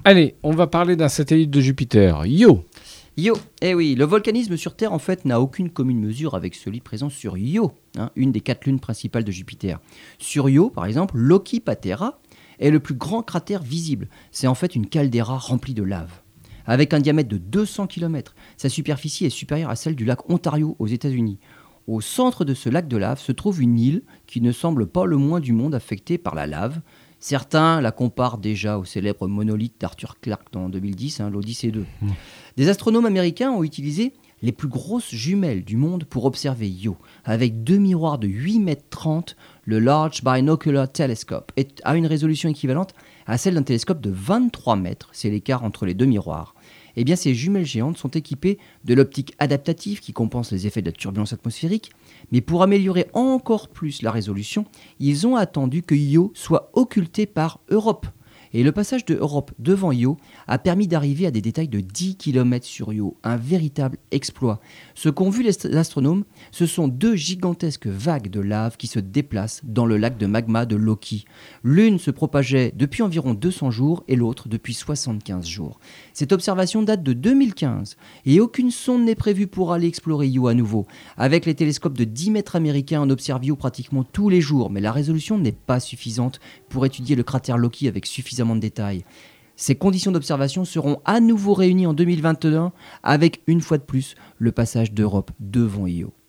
Allez, on va parler d'un satellite de Jupiter. Io. Io, eh oui, le volcanisme sur Terre en fait n'a aucune commune mesure avec celui présent sur Io, une des 4 lunes principales de Jupiter. Sur Io, par exemple, Loki Patera est le plus grand cratère visible. C'est en fait une caldeira remplie de lave. Avec un diamètre de 200 km, sa superficie est supérieure à celle du lac Ontario aux États-Unis. Au centre de ce lac de lave se trouve une île qui ne semble pas le moins du monde affectée par la lave. Certains la comparent déjà au célèbre monolithe d'Arthur Clarke en 2010, l'Odyssée 2. Des astronomes américains ont utilisé les plus grosses jumelles du monde pour observer Io. Avec 2 miroirs de 8,30 m, le Large Binocular Telescope a une résolution équivalente à celle d'un télescope de 23 mètres, c'est l'écart entre les 2 miroirs. Eh bien, ces jumelles géantes sont équipées de l'optique adaptative qui compense les effets de la turbulence atmosphérique, mais pour améliorer encore plus la résolution, ils ont attendu que Io soit occulté par Europe. Et le passage de Europe devant Io a permis d'arriver à des détails de 10 km sur Io, un véritable exploit. Ce qu'ont vu les astronomes, ce sont 2 gigantesques vagues de lave qui se déplacent dans le lac de magma de Loki. L'une se propageait depuis environ 200 jours et l'autre depuis 75 jours. Cette observation date de 2015 et aucune sonde n'est prévue pour aller explorer Io à nouveau. Avec les télescopes de 10 mètres américains, on observe Io pratiquement tous les jours, mais la résolution n'est pas suffisante pour étudier le cratère Loki avec suffisamment de détails. Ces conditions d'observation seront à nouveau réunies en 2021 avec, une fois de plus, le passage d'Europe devant Io.